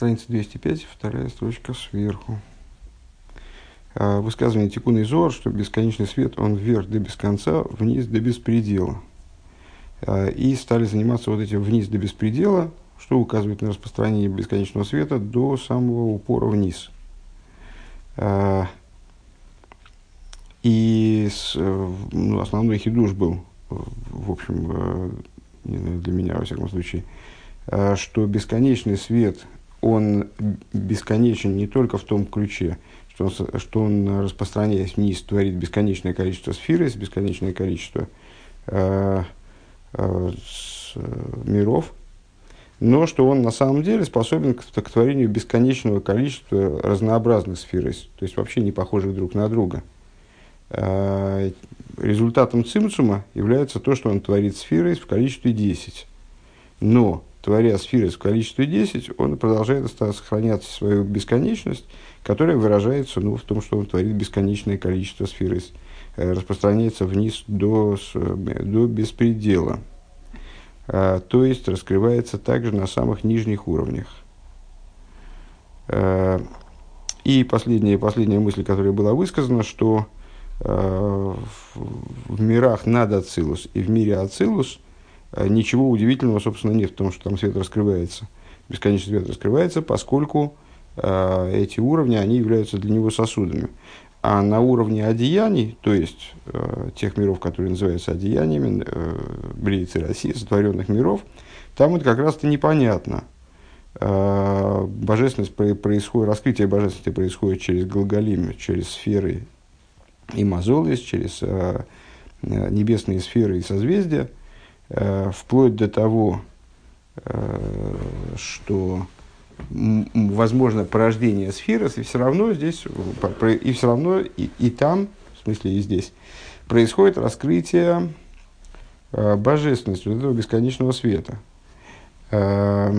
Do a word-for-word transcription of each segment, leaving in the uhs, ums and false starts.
Страница двести пять, вторая строчка сверху. Высказывание Тикун и Зоар, что бесконечный свет, он вверх до без конца, вниз до беспредела. И стали заниматься вот этим вниз до беспредела, что указывает на распространение бесконечного света до самого упора вниз. И ну, основной хидуш был, в общем, для меня, во всяком случае, что бесконечный свет, он бесконечен не только в том ключе, что он, что он распространяясь вниз, творит бесконечное количество сфер, бесконечное количество э, э, с, миров, но что он на самом деле способен к, к творению бесконечного количества разнообразных сфер, то есть вообще не похожих друг на друга. Э, результатом цимцума является то, что он творит сферы в количестве десять. Но, творя сферы в количестве десять, он продолжает сохранять свою бесконечность, которая выражается ну, в том, что он творит бесконечное количество сфер, распространяется вниз до, до беспредела. А, то есть раскрывается также на самых нижних уровнях. А, и последняя, последняя мысль, которая была высказана, что а, в, в мирах над Ацилус и в мире Ацилус а, ничего удивительного, собственно, нет в том, что там свет раскрывается. Бесконечный свет раскрывается, поскольку эти уровни, они являются для него сосудами. А на уровне одеяний, то есть э, тех миров, которые называются одеяниями, э, Брейцы России, сотворенных миров, там это как раз-то непонятно. Э, божественность происходит, раскрытие божественности происходит через Галгалим, через сферы и мазолис, через э, небесные сферы и созвездия, э, вплоть до того, э, что возможно порождение сферы, и все равно здесь, и все равно и, и там, в смысле и здесь, происходит раскрытие э, божественности, вот этого бесконечного света. Э,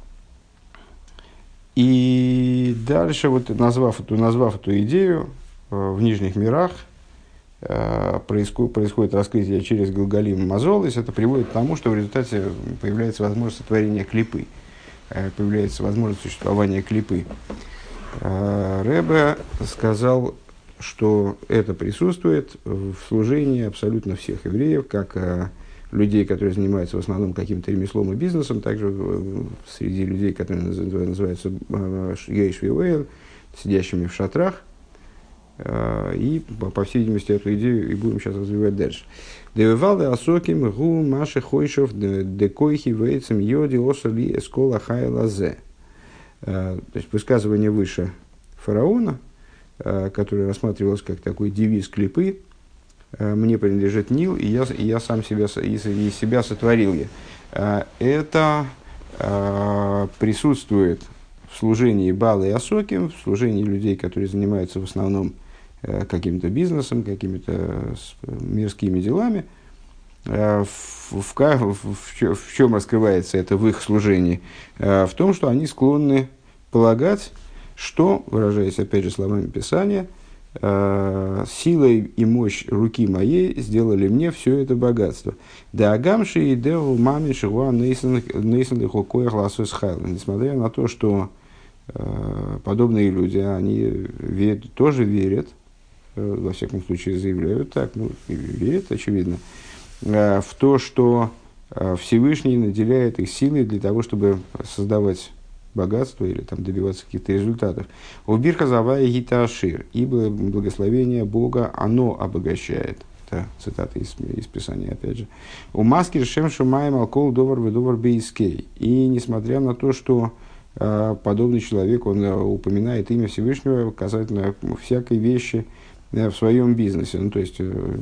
и дальше, вот, назвав, эту, назвав эту идею, э, в нижних мирах э, происходит, происходит раскрытие через Галгалим и Мазолис, это приводит к тому, что в результате появляется возможность сотворения клипы. Появляется возможность существования клипы. Ребе сказал, что это присутствует в служении абсолютно всех евреев, как людей, которые занимаются в основном каким-то ремеслом и бизнесом, также среди людей, которые называются Ейшвиуэль, сидящими в шатрах. И, по всей видимости, эту идею и будем сейчас развивать дальше. Девивалды асоким гу маши хойшов декойхи вейцем йоди осали эскола хайлазе. То есть высказывание выше фараона, которое рассматривалось как такой девиз клипы: «Мне принадлежит Нил, и я, и я сам себя, и, и себя сотворил я». Это присутствует в служении Баалы и Асоким, в служении людей, которые занимаются в основном каким-то бизнесом, какими-то мирскими делами. В, в, в, в чем раскрывается это в их служении? В том, что они склонны полагать, что, выражаясь опять же словами Писания, силой и мощь руки моей сделали мне все это богатство. Да агамши и деву мами шигуа нейсон лихокоя гласус хайла. Несмотря на то, что подобные люди, они верят, тоже верят, во всяком случае заявляют так, ну, верят, очевидно, в то, что Всевышний наделяет их силой для того, чтобы создавать богатство или там, добиваться каких-то результатов. «Убирка завая гита ашир», ибо благословение Бога, оно обогащает. Это цитата из, из Писания, опять же. «У маски шем шумаем алкол довар ведовар бейскей». И несмотря на то, что подобный человек, он упоминает имя Всевышнего касательно всякой вещи в своем бизнесе. Ну, то есть,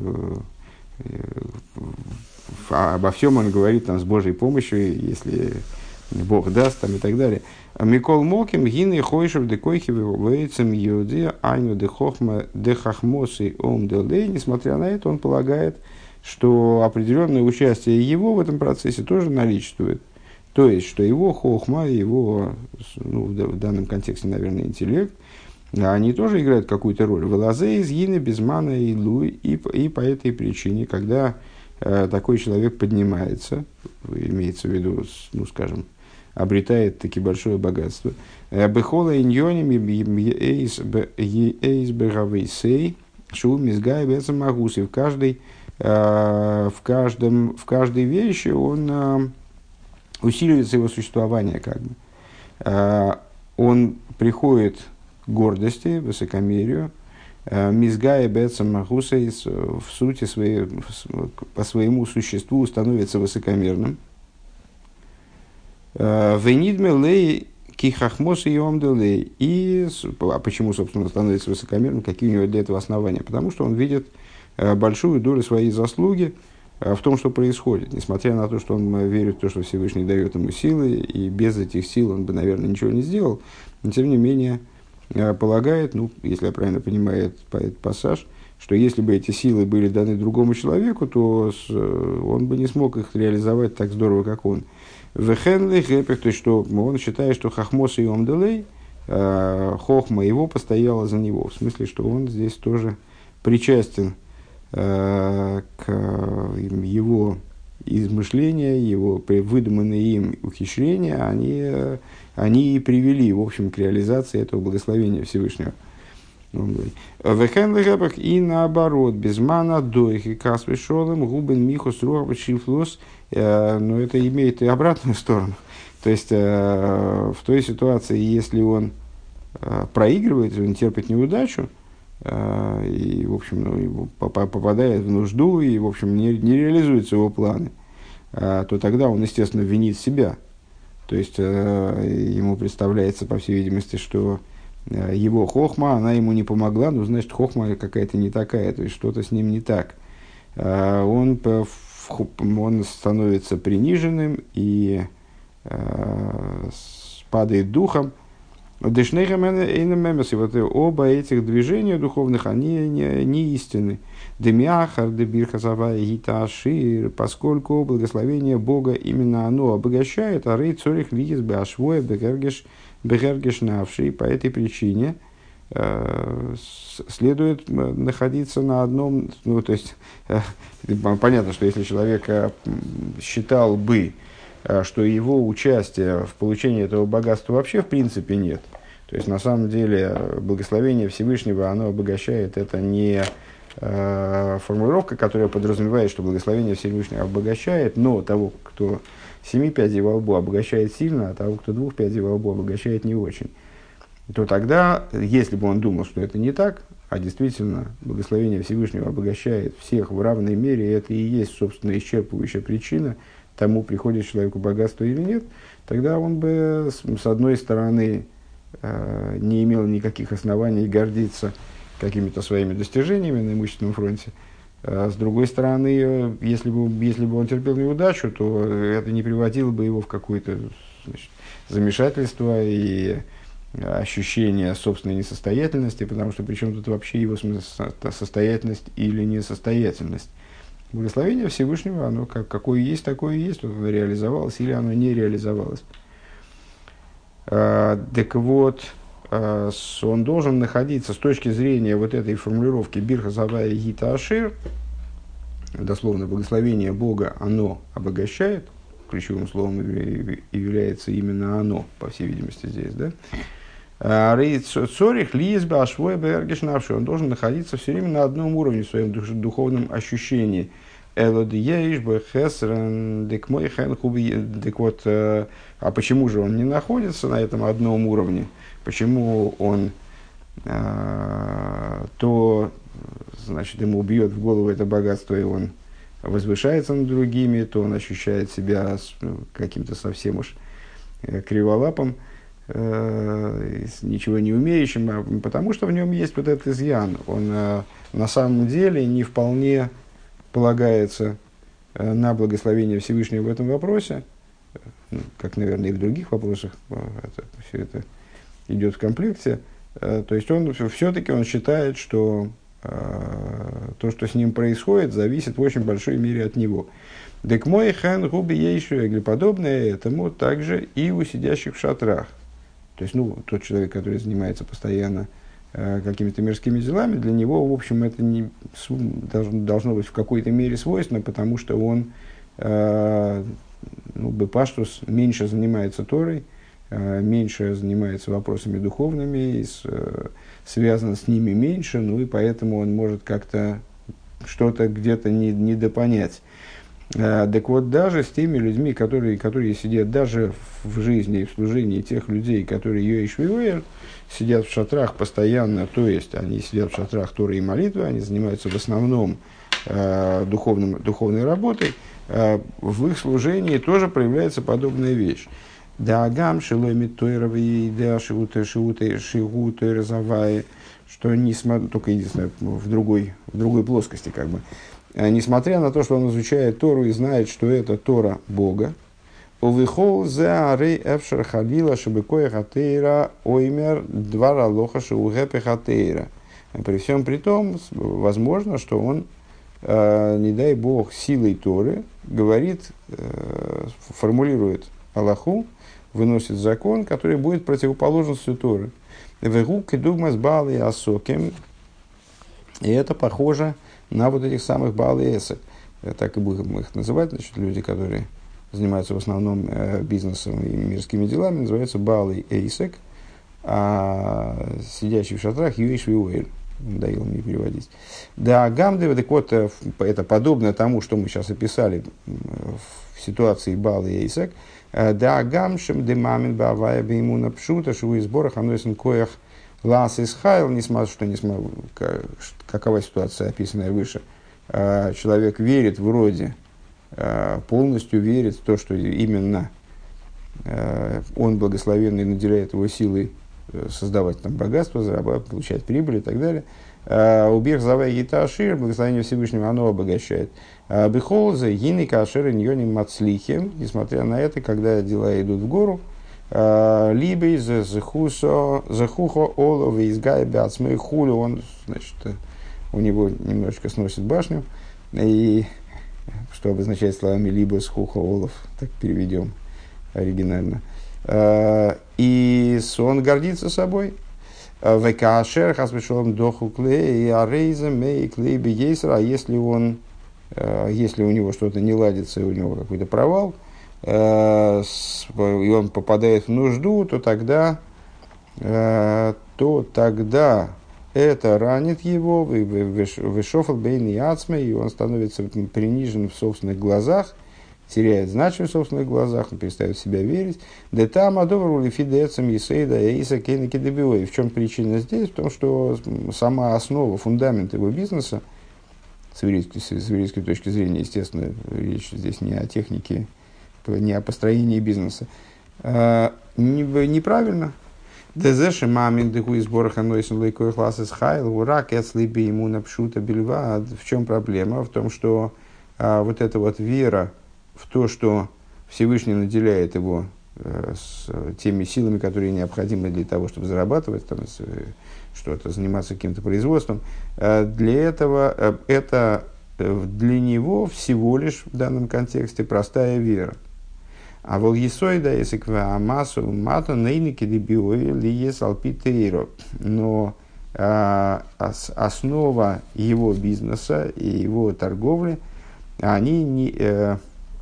обо всем он говорит там, с Божьей помощью, если Бог даст, там, и так далее. Микол Моким, гины хойшев декойхи вейцем йоди айну дехохма дехахмосы ом делдей. Несмотря на это, он полагает, что определенное участие его в этом процессе тоже наличествует. То есть, что его хохма, его, ну, в данном контексте, наверное, интеллект, они тоже играют какую-то роль. Велазе из гины безмана и луй. И, и по этой причине, когда э, такой человек поднимается, имеется в виду, ну, скажем, обретает таки большое богатство. Бехола иньоним ейс бегавейсей шум изгай бецам магусы. В каждой в каждом в каждой вещи он усиливается его существование, как бы. Он приходит к гордости, высокомерию, мизгая бецам магусы в сути своей, по своему существу становится высокомерным. Венидме лей кихахмос и омделей. И а почему, собственно, становится высокомерным? Какие у него для этого основания? Потому что он видит большую долю своей заслуги в том, что происходит. Несмотря на то, что он верит в то, что Всевышний дает ему силы, и без этих сил он бы, наверное, ничего не сделал, но тем не менее полагает, ну, если я правильно понимаю этот пассаж, что если бы эти силы были даны другому человеку, то он бы не смог их реализовать так здорово, как он. Вехенли гэпех, то есть, что он считает, что хахмос и омделей, хохма его постояла за него. В смысле, что он здесь тоже причастен к его измышления, его выдуманные им ухищрения, они, они и привели, в общем, к реализации этого благословения Всевышнего. И наоборот, без мана дойх и касвы шолом губен михус руах шифлос, но это имеет и обратную сторону. То есть, в той ситуации, если он проигрывает, он терпит неудачу, и, в общем, ну, попадает в нужду, и, в общем, не, не реализуются его планы, то тогда он, естественно, винит себя. То есть, ему представляется, по всей видимости, что его хохма, она ему не помогла, ну, значит, хохма какая-то не такая, то есть, что-то с ним не так. Он, он становится приниженным и падает духом. Вот оба этих движения духовных, они не, не истинны. Демиахар, дебирхазавай, гиташир, поскольку благословение Бога именно оно обогащает, а рей цорих лигис башвоя бегергеш бегергеш навший. По этой причине э, следует находиться на одном, ну, то есть, э, понятно, что если человек э, считал бы, что его участия в получении этого богатства вообще в принципе нет. То есть, на самом деле, благословение Всевышнего, оно обогащает, это не э, формулировка, которая подразумевает, что благословение Всевышнего обогащает, но того, кто семи пядей во лбу, обогащает сильно, а того, кто двух пядей во лбу, обогащает не очень. То тогда, если бы он думал, что это не так, а действительно благословение Всевышнего обогащает всех в равной мере, это и есть, собственно, исчерпывающая причина, тому приходит человеку богатство или нет, тогда он бы, с одной стороны, не имел никаких оснований гордиться какими-то своими достижениями на имущественном фронте, а с другой стороны, если бы, если бы он терпел неудачу, то это не приводило бы его в какое-то, значит, замешательство и ощущение собственной несостоятельности, потому что причем тут вообще его состоятельность или несостоятельность. Благословение Всевышнего, оно как, какое есть, такое и есть, оно реализовалось или оно не реализовалось. А, так вот, а, с, он должен находиться с точки зрения вот этой формулировки Бирха Завая Гита Ашир, дословно, благословение Бога, оно обогащает, ключевым словом является именно оно, по всей видимости, здесь, да? Цорих лизба ашвой бергешнавший. Он должен находиться все время на одном уровне в своем душ, духовном ощущении. Элодиеиш бхесрен декмой хэн хуби. Так вот, а почему же он не находится на этом одном уровне? Почему он а, то, значит, ему бьет в голову это богатство, и он возвышается над другими, то он ощущает себя каким-то совсем уж криволапым, ничего не умеющим, потому что в нем есть вот этот изъян. Он на самом деле не вполне полагается на благословение Всевышнего в этом вопросе, как, наверное, и в других вопросах это, все это идет в комплекте. То есть он все-таки он считает, что то, что с ним происходит, зависит в очень большой мере от него. Дек мой хэн губи ейшу, или подобное этому также и у сидящих в шатрах. То есть, ну, тот человек, который занимается постоянно э, какими-то мирскими делами, для него, в общем, это не, должно, должно быть в какой-то мере свойственно, потому что он э, ну, бепаштус меньше занимается Торой, меньше занимается вопросами духовными, связан с ними меньше, ну и поэтому он может как-то что-то где-то не, недопонять. Так вот, даже с теми людьми, которые, которые сидят даже в жизни и в служении тех людей, которые Йоиш Виоэль, сидят в шатрах постоянно, то есть они сидят в шатрах Торы и молитвы, они занимаются в основном э, духовным, духовной работой, э, в их служении тоже проявляется подобная вещь. Даагам шиломи тойровые да шигуты шигуты шигуты разовая, что несмотря только единственное в другой в другой плоскости как бы, несмотря на то, что он изучает Тору и знает, что это Тора Бога, увихол за рей эфшер халила шебекоя хатейра оймер двара лоха шеугэпе хатейра. При всем при том, возможно, что он, э, не дай Бог, силой Торы говорит, э, формулирует алаху, выносит закон, который будет противоположностью Торы. Вегук и дугмас баалы асоким. И это похоже на вот этих самых баалы эсек. Так и будем их называть. Значит, люди, которые занимаются в основном э, бизнесом и мирскими делами, называются баалы эйсек. А сидящий в шатрах юиш виуэль. Надоело мне переводить. Да, гамды, так вот, это подобно тому, что мы сейчас описали в ситуации баалы эйсек. Да, гамшем демамин бавая беймуна пшута шву из сборах анойсен коях лас из хайл, несмотря что несмотря какова ситуация, описанная выше. Человек верит вроде, полностью верит в то, что именно он благословенный наделяет его силой создавать там богатство, зарабатывать, получать прибыль и так далее. Убег завай гиташир, благословение Всевышнего, оно обогащает. Бехолзе, гины кашеры ньоним мацлихи, несмотря на это, когда дела идут в гору, либо из захухо олов из гая бяцмы хулю, он, значит, у него немножечко сносит башню, и что обозначает словами либо схухо олов, так переведем оригинально. И он гордится собой. Векашер хасбешолом доху клей и арейза мей клей бейсер. А если он, если у него что-то не ладится, у него какой-то провал, и он попадает в нужду, то тогда, то тогда это ранит его, вышофал бейн и ацмей, и он становится принижен в собственных глазах, теряет значимость в собственных глазах, он перестает в себя верить. Да там адовру фидецам есейда эйса кейнеки дебиой. В чем причина здесь? В том, что сама основа, фундамент его бизнеса, с еврейской, с еврейской точки зрения, естественно, речь здесь не о технике, не о построении бизнеса, а, не, неправильно. Дезеши мамин дыху из бороха нойсен лейкой класс из хайл, урак эцлиби ему напшута бельва. В чем проблема? В том, что а, вот эта вот вера в то, что Всевышний наделяет его э, с теми силами, которые необходимы для того, чтобы зарабатывать, там, с, что-то, заниматься каким-то производством, э, для этого э, это э, для него всего лишь в данном контексте простая вера. А волгисойда, если кваамасу мата нейники дебиой лиес алпитейро. Но э, ос, основа его бизнеса и его торговли, они не... Э,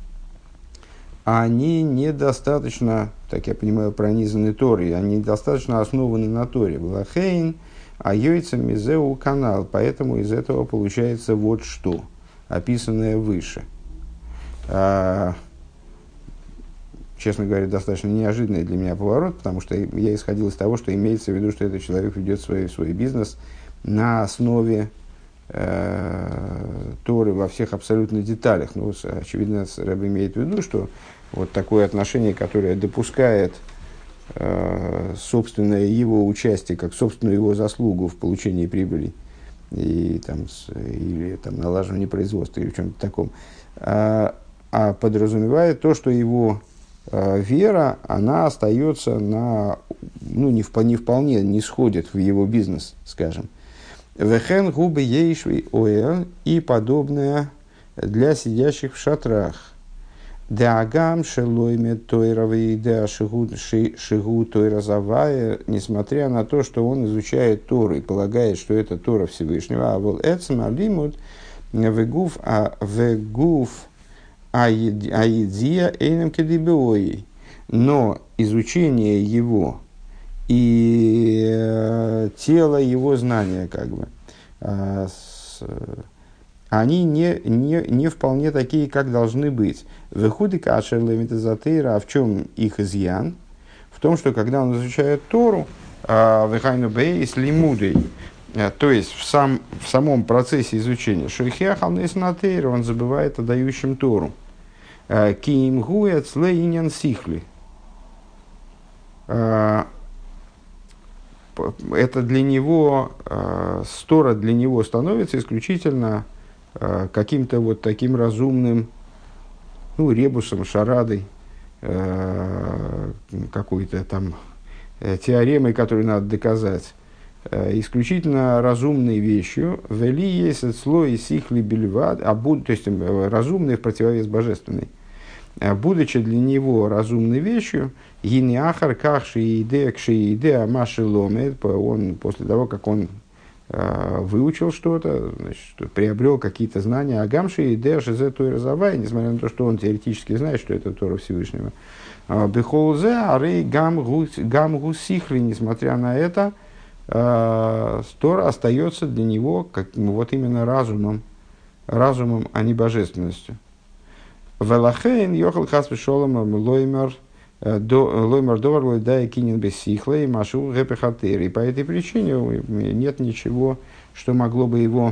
они недостаточно, так я понимаю, пронизаны Торой, они недостаточно основаны на Торе. Блахейн, а йойца мизеу канал, поэтому из этого получается вот что, описанное выше. А, честно говоря, достаточно неожиданный для меня поворот, потому что я исходил из того, что имеется в виду, что этот человек ведет свой, свой бизнес на основе э, Торы во всех абсолютно деталях. Ну, очевидно, Рэб имеет в виду, что вот такое отношение, которое допускает э, собственное его участие, как собственную его заслугу в получении прибыли и, там, с, или там, налаживании производства или в чем-то таком, а, а подразумевает то, что его э, вера, она остается на, ну, не, в, не вполне, не сходит в его бизнес, скажем. Вехен губы ейшви оэ и подобное для сидящих в шатрах. Дагам шелойме тойровый да шигу тойразавая, несмотря на то, что он изучает Тору и полагает, что это Тора Всевышнего, а вол эцем алимут вегуф а вегуф аидзия эйнем кедибеои. Но изучение его и э, тело его знания, как бы, э, с, они не, не, не вполне такие, как должны быть. Выходы кашер левитазатейра, а в чем их изъян? В том, что когда он изучает Тору, вехайну бейс лимудей, то есть в, сам, в самом процессе изучения шойхеахал неснатейра, он забывает о дающем Тору. Киим гуэц лейнян сихли. Это для него, Тора для него становится исключительно каким-то вот таким разумным, ну, ребусом, шарадой, какой-то там теоремой, которую надо доказать, исключительно разумной вещью, вели есть слой сихли бельвад, а буд, то есть разумный в противовес божественной, будучи для него разумной вещью, гинеахар кахши иде кши иде амаши ломет, он после того, как он выучил что-то, значит, приобрел какие-то знания, агамши иде шизе Тора завай, несмотря на то, что он теоретически знает, что это Тора Всевышнего. Бехолзе арей гам гусихли, несмотря на это, Тора остается для него как, вот именно разумом, разумом, а не божественностью. Велахейн йохал хас вешолом лоймер лоймер довар лойдай кинен бессихлей машу гепехатер. И по этой причине нет ничего, что могло бы его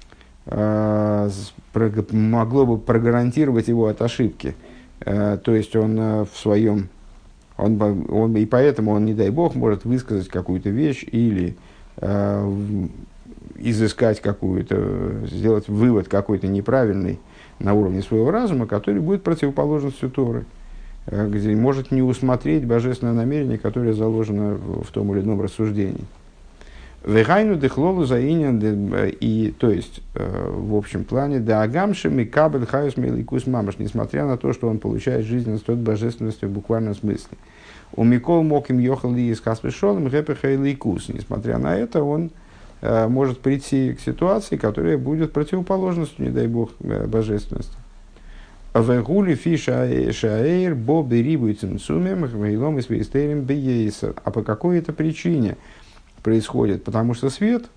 могло бы прогарантировать его от ошибки. То есть он в своем, он, он, и поэтому он, не дай бог, может высказать какую-то вещь или э, изыскать какую-то, сделать вывод какой-то неправильный на уровне своего разума, который будет противоположностью Торы, э, где может не усмотреть божественное намерение, которое заложено в том или ином рассуждении. Вегайну дехлолу заинен, и, то есть, э, в общем плане, да агамшим и кабель хайус меликус мамаш, несмотря на то, что он получает жизненность от божественности в буквальном смысле. У Микол мог им ехал ли из хаспешолом гэпеха и лейкус. Несмотря на это, он э, может прийти к ситуации, которая будет противоположностью, не дай бог, божественности. Вегули фи шаэйр бо берибу и цинцумем вейлом и свейстерим бейсер. А по какой это причине происходит? Потому что свет,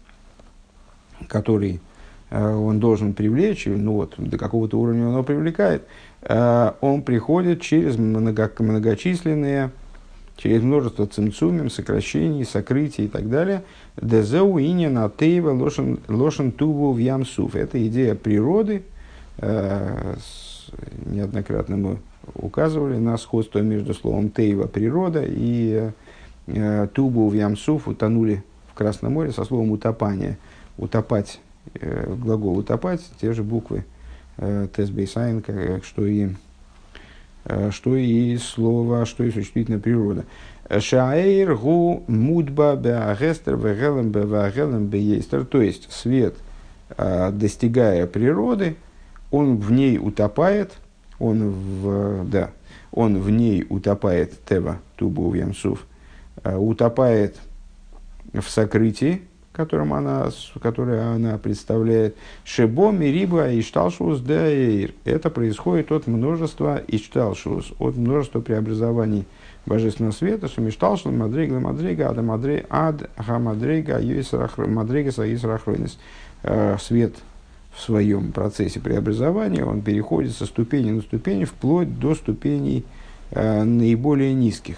который э, он должен привлечь, ну вот, до какого-то уровня он его привлекает, э, он приходит через много, многочисленные, через множество цимцумим, сокращений, сокрытий и так далее. Дезеу иня на тейва лошен туву в ямсуф. Это идея природы. Э, с, неоднократно мы указывали на сходство между словом тейва, природа, и Тубу в Ямсуф, утонули в Красном море, со словом утопание. Утопать, э, глагол утопать, те же буквы э, тесбейсайн, что и, э, что и слово, что и существительная природа. Шаэйр гу мудба беагестер вегелем бевагелем беейстер. То есть свет, э, достигая природы, он в ней утопает, он в, да, он в ней утопает тева, тубу в Ямсуф, утопает в сокрытии, которым она, которое она представляет. Шебо мириба и шталшус дэйр. Это происходит от множества ишталшус, от множества преобразований божественного света. Шемишталшус мадрига мадрига ада мадре ад хамадрига мадрига саисрахройнес. Свет в своем процессе преобразования он переходит со ступени на ступень вплоть до ступеней наиболее низких.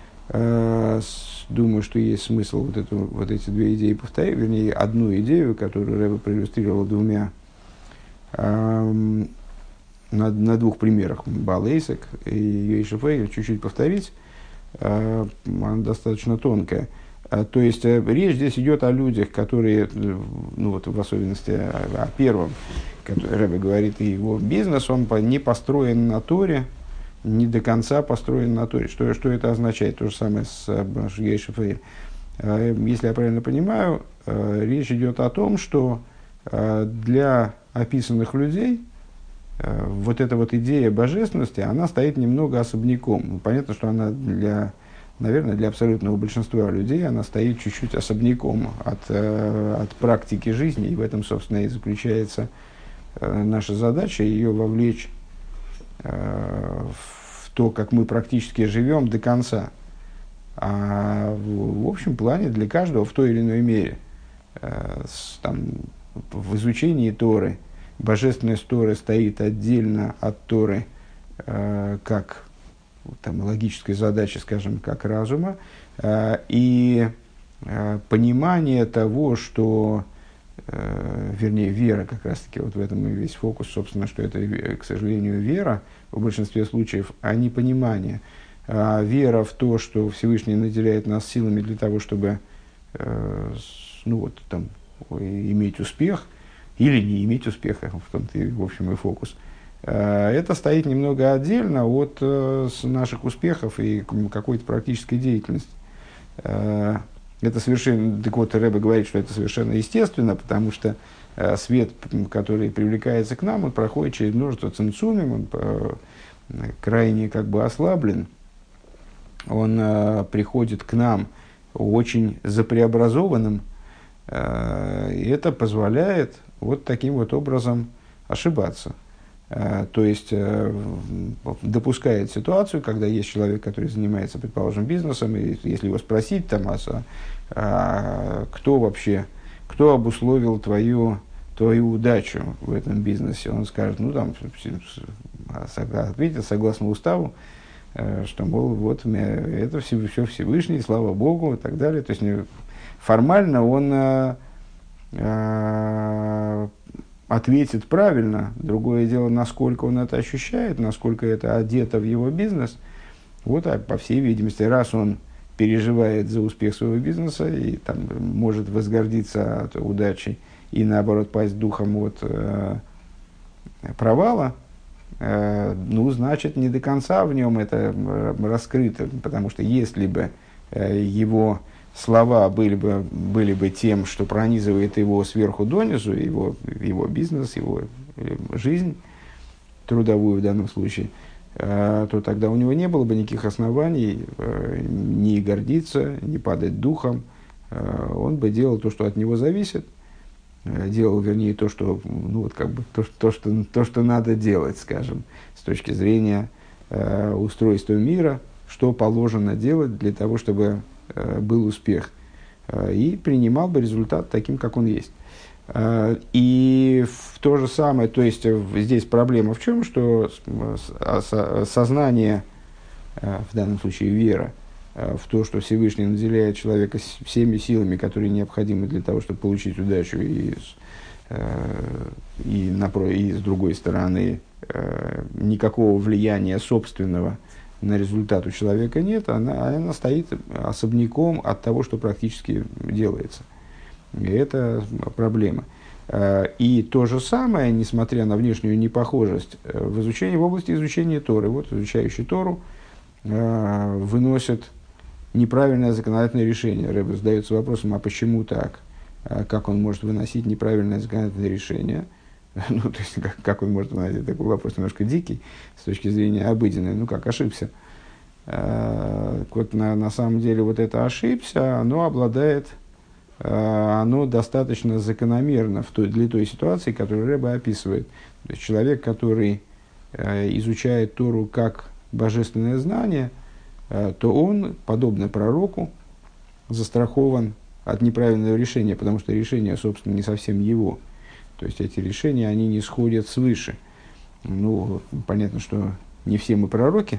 Думаю, что есть смысл вот, эту, вот эти две идеи повторить, вернее, одну идею, которую Рэбе проиллюстрировал двумя, эм, на, на двух примерах, Балейсек и Йошеф, чуть-чуть повторить, э, она достаточно тонкая. Э, то есть, э, речь здесь идет о людях, которые, ну вот в особенности о, о первом, который Рэбе говорит, и его бизнес, он не построен на Торе, не до конца построен на Торе. Что, что это означает? То же самое с Шгей Шефаэль. Если я правильно понимаю, речь идет о том, что для описанных людей вот эта вот идея божественности, она стоит немного особняком. Понятно, что она для, наверное, для абсолютного большинства людей, она стоит чуть-чуть особняком от, от практики жизни, и в этом, собственно, и заключается наша задача, ее вовлечь в то, как мы практически живем до конца. А в, в общем плане для каждого в той или иной мере. С, там, в изучении Торы божественность Торы стоит отдельно от Торы как там, логической задачи, скажем, как разума, и понимание того, что, вернее, вера, как раз-таки, вот в этом и весь фокус, собственно, что это, к сожалению, вера в большинстве случаев, а не понимание. А вера в то, что Всевышний наделяет нас силами для того, чтобы ну, вот, там, иметь успех или не иметь успеха, в том-то, в общем, и фокус. Это стоит немного отдельно от наших успехов и какой-то практической деятельности. Это совершенно, так вот, Ребе говорит, что это совершенно естественно, потому что свет, который привлекается к нам, он проходит через множество цимцумим, он крайне как бы ослаблен, он приходит к нам очень запреобразованным, и это позволяет вот таким вот образом ошибаться. То есть допускает ситуацию, когда есть человек, который занимается, предположим, бизнесом, и если его спросить, там, а, а, кто вообще, кто обусловил твою, твою удачу в этом бизнесе, он скажет, ну там, ответит согласно уставу, что, мол, вот это все, все Всевышний, слава Богу, и так далее. То есть формально он а, а, ответит правильно. Другое дело, насколько он это ощущает, насколько это одето в его бизнес. Вот, а по всей видимости, раз он переживает за успех своего бизнеса и там, может возгордиться от удачи и, наоборот, пасть духом от э, провала, э, ну, значит, не до конца в нем это раскрыто. Потому что если бы э, его слова были бы, были бы тем, что пронизывает его сверху донизу, его, его бизнес, его жизнь, трудовую в данном случае, то тогда у него не было бы никаких оснований ни гордиться, ни падать духом. Он бы делал то, что от него зависит, делал, вернее, то, что, ну, вот как бы, то, то, что, то, что надо делать, скажем, с точки зрения устройства мира, что положено делать для того, чтобы был успех, и принимал бы результат таким, как он есть. И в то же самое, то есть здесь проблема в чем, что сознание, в данном случае вера, в то, что Всевышний наделяет человека всеми силами, которые необходимы для того, чтобы получить удачу, и, и, напро- и с другой стороны, никакого влияния собственного на результат у человека нет, она, она стоит особняком от того, что практически делается. И это проблема. И то же самое, несмотря на внешнюю непохожесть, в изучении, в области изучения Торы. Вот изучающий Тору выносит неправильное законодательное решение. Ребе задается вопросом, а почему так? Как он может выносить неправильное законодательное решение? Ну, то есть, как, как он может выносить такой вопрос немножко дикий, с точки зрения обыденной. Ну, как ошибся? Вот на, на самом деле вот это ошибся, оно обладает, оно достаточно закономерно в той, для той ситуации, которую Ребе описывает. То есть человек, который изучает Тору как божественное знание, то он, подобно пророку, застрахован от неправильного решения, потому что решение, собственно, не совсем его. То есть эти решения, они не сходят свыше. Ну, понятно, что не все мы пророки,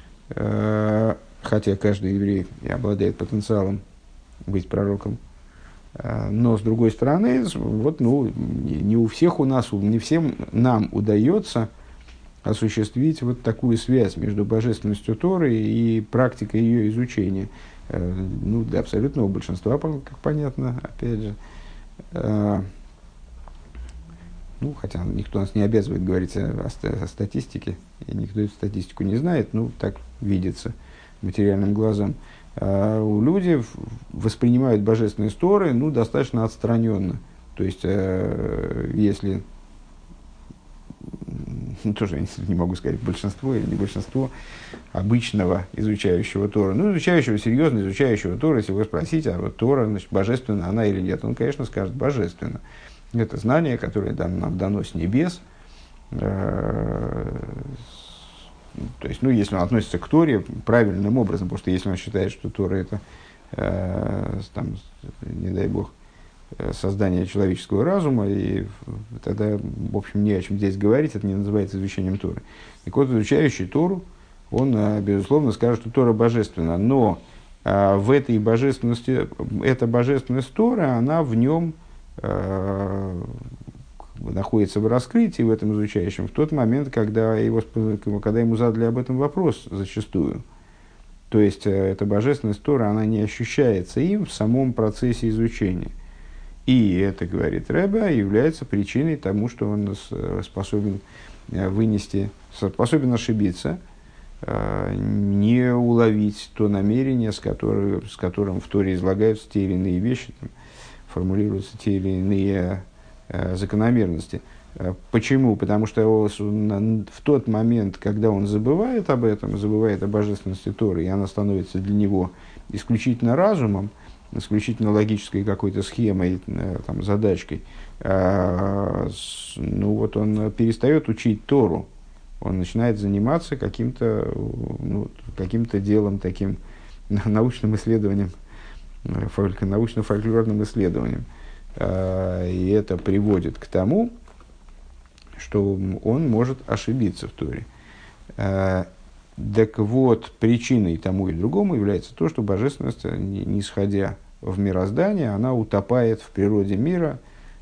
хотя каждый еврей обладает потенциалом быть пророком. Но, с другой стороны, вот, ну, не у всех у нас, не всем нам удается осуществить вот такую связь между божественностью Торы и практикой ее изучения. Ну, для абсолютного большинства, как понятно, опять же. Ну, хотя никто нас не обязывает говорить о, о статистике, и никто эту статистику не знает, ну, так видится материальным глазом. А у людей воспринимают божественные Торы, ну, достаточно отстраненно. То есть, э, если, ну, тоже не могу сказать, большинство или не большинство обычного изучающего Торы, ну, изучающего, серьезно изучающего Торы, если вы спросите, а вот Тора, значит, божественна она или нет, он, конечно, скажет, божественно. Это знание, которое нам дано с небес, э, то есть, ну, если он относится к Торе правильным образом, потому что если он считает, что Тора это, э, там, не дай бог, создание человеческого разума, и тогда, в общем, не о чем здесь говорить, это не называется изучением Торы. Так вот, изучающий Тору, он, безусловно, скажет, что Тора божественна, но а, в этой божественности, эта божественность Торы, она в нем а, находится в раскрытии, в этом изучающем, в тот момент, когда, его, когда ему задали об этом вопрос зачастую. То есть, эта божественность Торы, она не ощущается им в самом процессе изучения. И это, говорит Ребе, является причиной тому, что он способен вынести, способен ошибиться, не уловить то намерение, с которым, с которым в Торе излагаются те или иные вещи, там, формулируются те или иные э, закономерности. Почему? Потому что он, в тот момент, когда он забывает об этом, забывает о божественности Торы, и она становится для него исключительно разумом, исключительно логической какой-то схемой, там, задачкой, э, с, ну вот он перестает учить Тору. Он начинает заниматься каким-то, ну, каким-то делом, таким научным исследованием, научно-фольклорным исследованием. И это приводит к тому, что он может ошибиться в Торе. Так вот, причиной тому и другому является то, что божественность, не сходя в мироздание, она утопает в природе мира,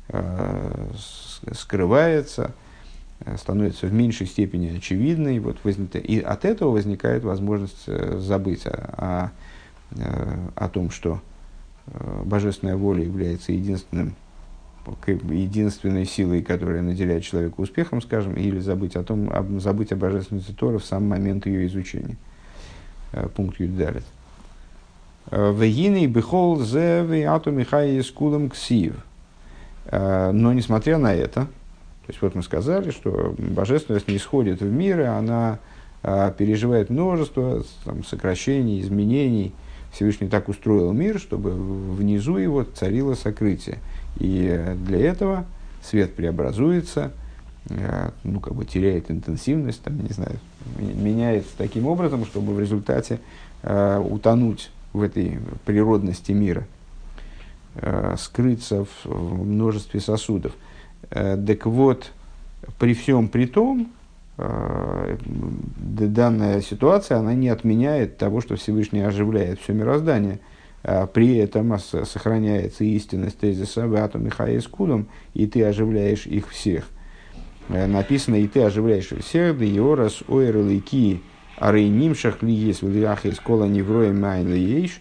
скрывается, становится в меньшей степени очевидной, вот, и от этого возникает возможность забыть о, о, о том, что божественная воля является единственным, единственной силой, которая наделяет человека успехом, скажем, или забыть о том, об, забыть о божественности Торы в сам момент ее изучения. Пункт Юдалит. Вегиный бихол зе веату михай скулам ксив. Но несмотря на это, то есть, вот мы сказали, что божественность не исходит в мир, и она а, переживает множество там, сокращений, изменений. Всевышний так устроил мир, чтобы внизу его царило сокрытие. И для этого свет преобразуется, а, ну, как бы теряет интенсивность, там, не знаю, меняется таким образом, чтобы в результате а, утонуть в этой природности мира, а, скрыться в, в множестве сосудов. Так вот, при всем при том, данная ситуация, она не отменяет того, что Всевышний оживляет все мироздание. При этом сохраняется истинность тезиса «Веату михай скудом», и ты оживляешь их всех. Написано «и ты оживляешь их всех, да йорас ойр лейки арейнимшах ли есть вилиах из кола невроем майн лейш».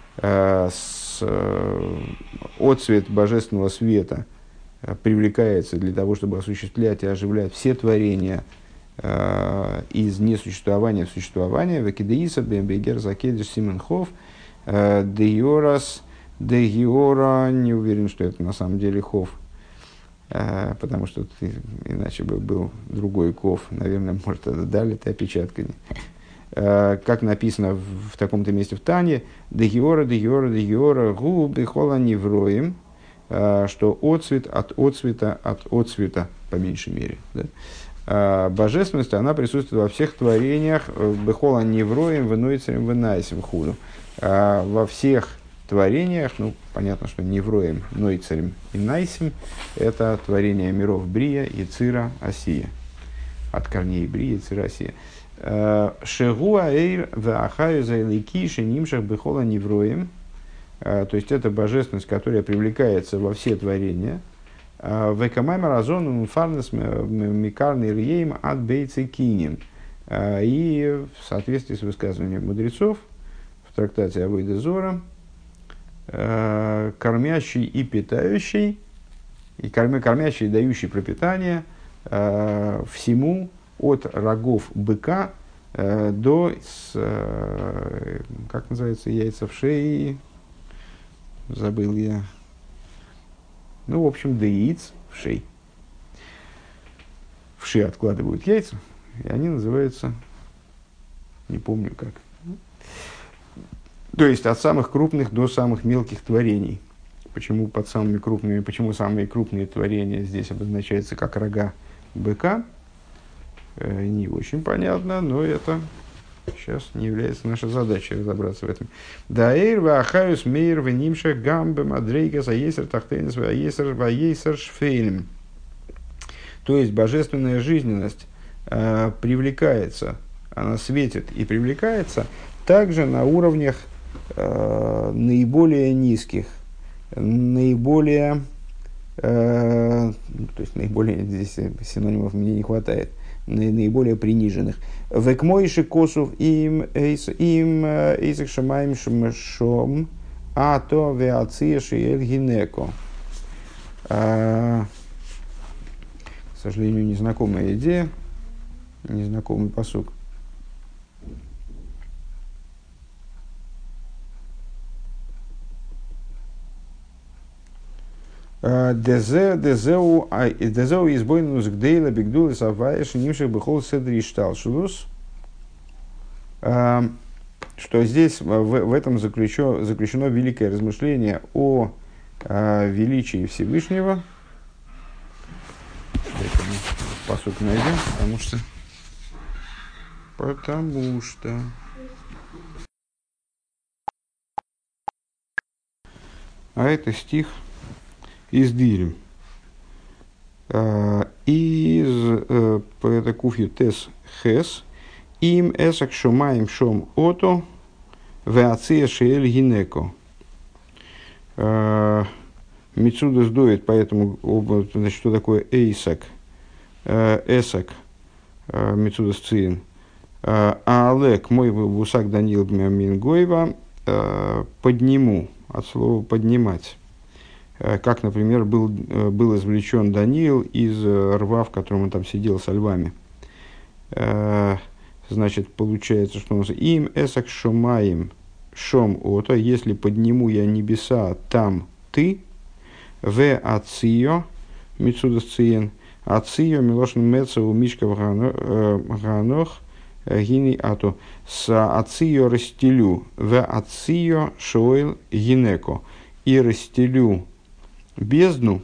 Отцвет божественного света привлекается для того, чтобы осуществлять и оживлять все творения э, из несуществования в существование. Векидеиса бембегер закедиш сименхов деорас дегиора. Не уверен, что это на самом деле хов, э, потому что иначе бы был другой ков. Наверное, может, это дали это опечатка. Э, как написано в, в таком-то месте в Тане: дегиора, дегиора, дегиора гу бехола невроим. Что отцвет от отцвета от отцвета, по меньшей мере. Да? Божественность, она присутствует во всех творениях, бехола невроем, вынойцарем, вынайсим худу. Во всех творениях, ну, понятно, что невроем, нойцарем и найсим, это творение миров Брия, Яцира, Осия. От корней Брия, Яцира, Осия. Шегу аэйр ваахаю зайлики шенимшах бехола невроем. То есть, это божественность, которая привлекается во все творения. «Векамай маразон фарнес микарный риейм от бейцы кинем». И в соответствии с высказыванием мудрецов в трактате Авойда Зора, кормящий и питающий, и кормящий и дающий пропитание всему от рогов быка до, как называется, яйца в шее, забыл я. Ну, в общем, до яиц в шей. В шею откладывают яйца, и они называются, не помню как. То есть, от самых крупных до самых мелких творений. Почему под самыми крупными, почему самые крупные творения здесь обозначаются как рога быка? э, не очень понятно, но это сейчас не является нашей задачей разобраться в этом. Даэр вахаюс мейр венимша гамбе мадрейга заесер тахтейнес ваесер ваесер шфейлем. То есть божественная жизненность э, привлекается, она светит и привлекается также на уровнях э, наиболее низких, наиболее, э, то есть наиболее, здесь синонимов мне не хватает, наиболее приниженных. Векмойши косов им им эйсек шамаем шом а то веациши эль гинеко. К сожалению, незнакомая идея, незнакомый пасук. Дезеу дезеу избойнус гдейла бигдулы саваеш нимших бихол седри шталшулус. Что здесь в, в этом заключено, заключено великое размышление о а, величии Всевышнего. Пасук найдем, потому что потому что а это стих из Дирим. Uh, из uh, это куфью тес хес им эсак шумаем шом ото веация шеэль гинеко. Мицуда сдует, поэтому, значит, что такое эйсак, эсак, Мицуда сциин. А алек, мой вусак Даниил Мингоева, подниму, от слова поднимать. Как, например, был, был извлечен Даниил из рва, в котором он там сидел со львами. Значит, получается, что он им эсак шомаем шом ото, если подниму я небеса, там ты, в ацио, мицуда сциен, ацио милошн мецау мишкав ганох гини ато, с ацио расстелю, в ацио шойл гинеко, и расстелю бездну,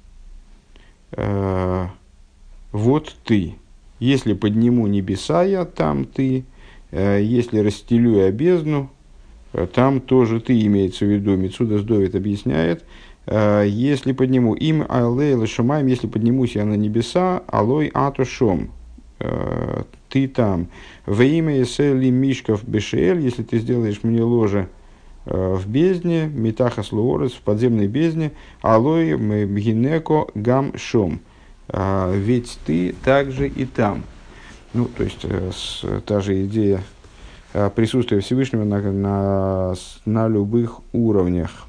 э, вот ты. Если подниму небеса я, там ты. Э, если расстелю я бездну, э, там тоже ты, имеется в виду. Мицуда Сдовит объясняет. Э, если подниму им айлей лашумаем, если поднимусь я на небеса, алой атушом, э, ты там. Во имя Есели Мишков Бешель, если ты сделаешь мне ложе в бездне, Митахас Луорес, в подземной бездне, Алой Мгинеко Гам Шом. Ведь ты также и там. Ну, то есть, с, та же идея присутствия Всевышнего на, на, на любых уровнях.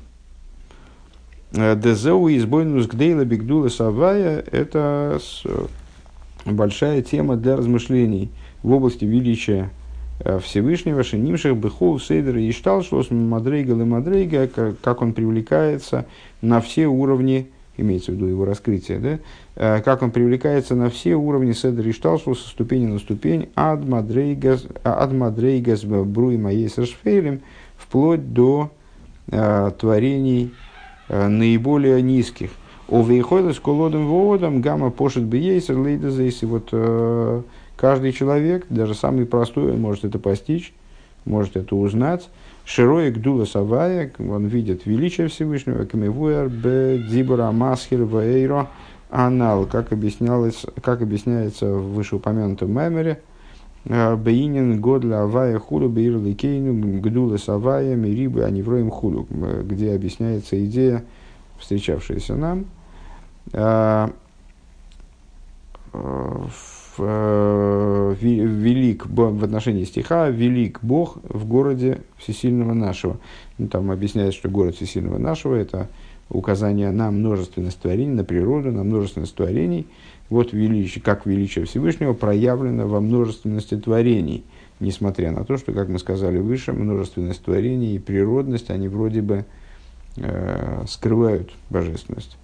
Дезеу избойнус гдейла бигдула савая – это большая тема для размышлений в области величия Всевышнего, шенимших бехол сейдера и шталшлос мадрейга ле мадрейга, как он привлекается на все уровни, имеется в виду его раскрытие, да? Как он привлекается на все уровни седера и шталшлос, со ступени на ступень, ад мадрейгас бруи моей сашфейлем, вплоть до а, творений а, наиболее низких. О вейхойлес колодом водом гамма пошит бейсер лейдезейс. И вот а, каждый человек, даже самый простой, он может это постичь, может это узнать. Широй гдула савая, он видит величие Всевышнего, камевуэр бе дзибора масхир вейро анал, как объяснялось, как объясняется в вышеупомянутом маймере, бейнин годля авая хулу беир ликейну гдула савая мирибы аневроем хулу, где объясняется идея, встречавшаяся нам, велик в отношении стиха велик Бог в городе Всесильного нашего. Ну, там объясняется, что город Всесильного нашего — это указание на множественность творений, на природу, на множественность творений. Вот величие, как величие Всевышнего проявлено во множественности творений, несмотря на то, что, как мы сказали выше, множественность творений и природность, они вроде бы э, скрывают божественность.